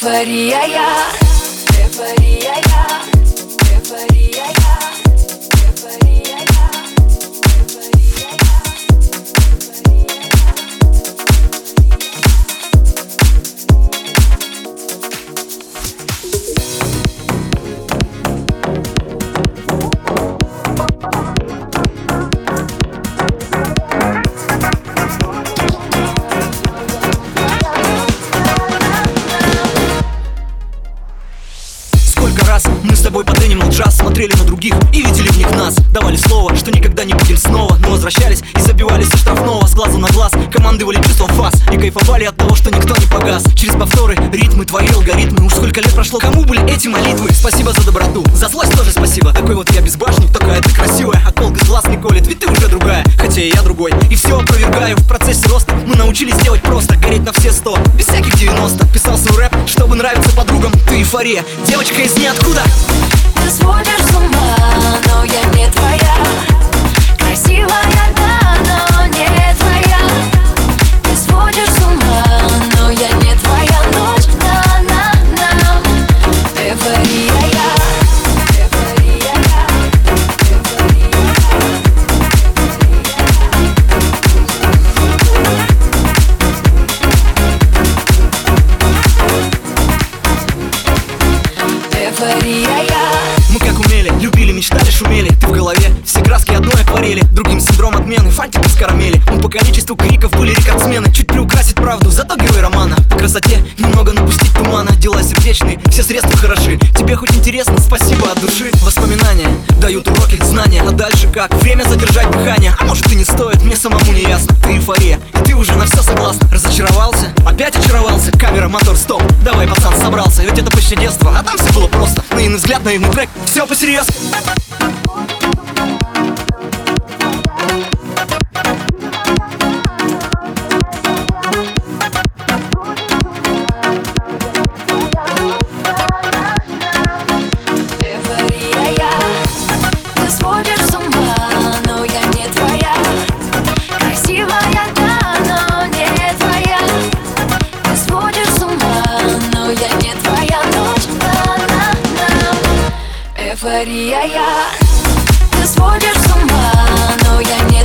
Эйфория я, эйфория я, эйфория я, эйфория я, эйфория я. Сколько раз мы с тобой под Animal Jazz смотрели на других и видели в них нас. Давали слово, что никогда не будем снова, но возвращались и забивались со штрафного. С глазу на глаз командовали чувством фас и кайфовали от того, что никто не погас. Через повторы, ритмы, твои алгоритмы. Уж сколько лет прошло, кому были эти молитвы? Спасибо за доброту, за злость тоже спасибо. Такой вот я безбашенник, такая ты красивая. А колк из глаз не колет, ведь ты уже другая, хотя и я другой. И все опровергаю, в процессе роста мы научились делать просто, гореть на все 100, без всяких 90. Писал свой рэп, чтобы нравиться подругам. Ты эйфория, девочка из ниоткуда. Ты сводишь с ума, но я не твоя. Красивая, да, но не твоя. Ты сводишь с ума, но я не твоя. Ночь, на-на-на. Эйфория я, эйфория я, эйфория я. Эйфория я. Мы как умели, любили, мечтали, шумели. Ты в голове, все краски одной акварели. Другим синдром отмены, фантик без карамели. Мы по количеству криков были рекордсмены. Чуть приукрасить правду, зато герой романа. По красоте немного напустить тумана. Дела сердечные, все средства хороши. Тебе хоть интересно, спасибо от души. Воспоминания дают уроки, знания. А дальше как? Время задержать дыхание. А может и не стоит, мне самому не ясно. Ты эйфория, и ты уже на все согласна. Разочаровался? Опять очаровался? Камера, мотор, стоп. Давай, пацан, собрался, ведь это почти детство. А там все было просто. Наивный взгляд, наивный трек, все посерьез. Эйфория я. Ты сводишь с ума, но я не твоя. Красивая, да, но не твоя. Ты сводишь с ума, но я не твоя. Ночь, на-на-на. Эйфория я. Ты сводишь с ума, но я не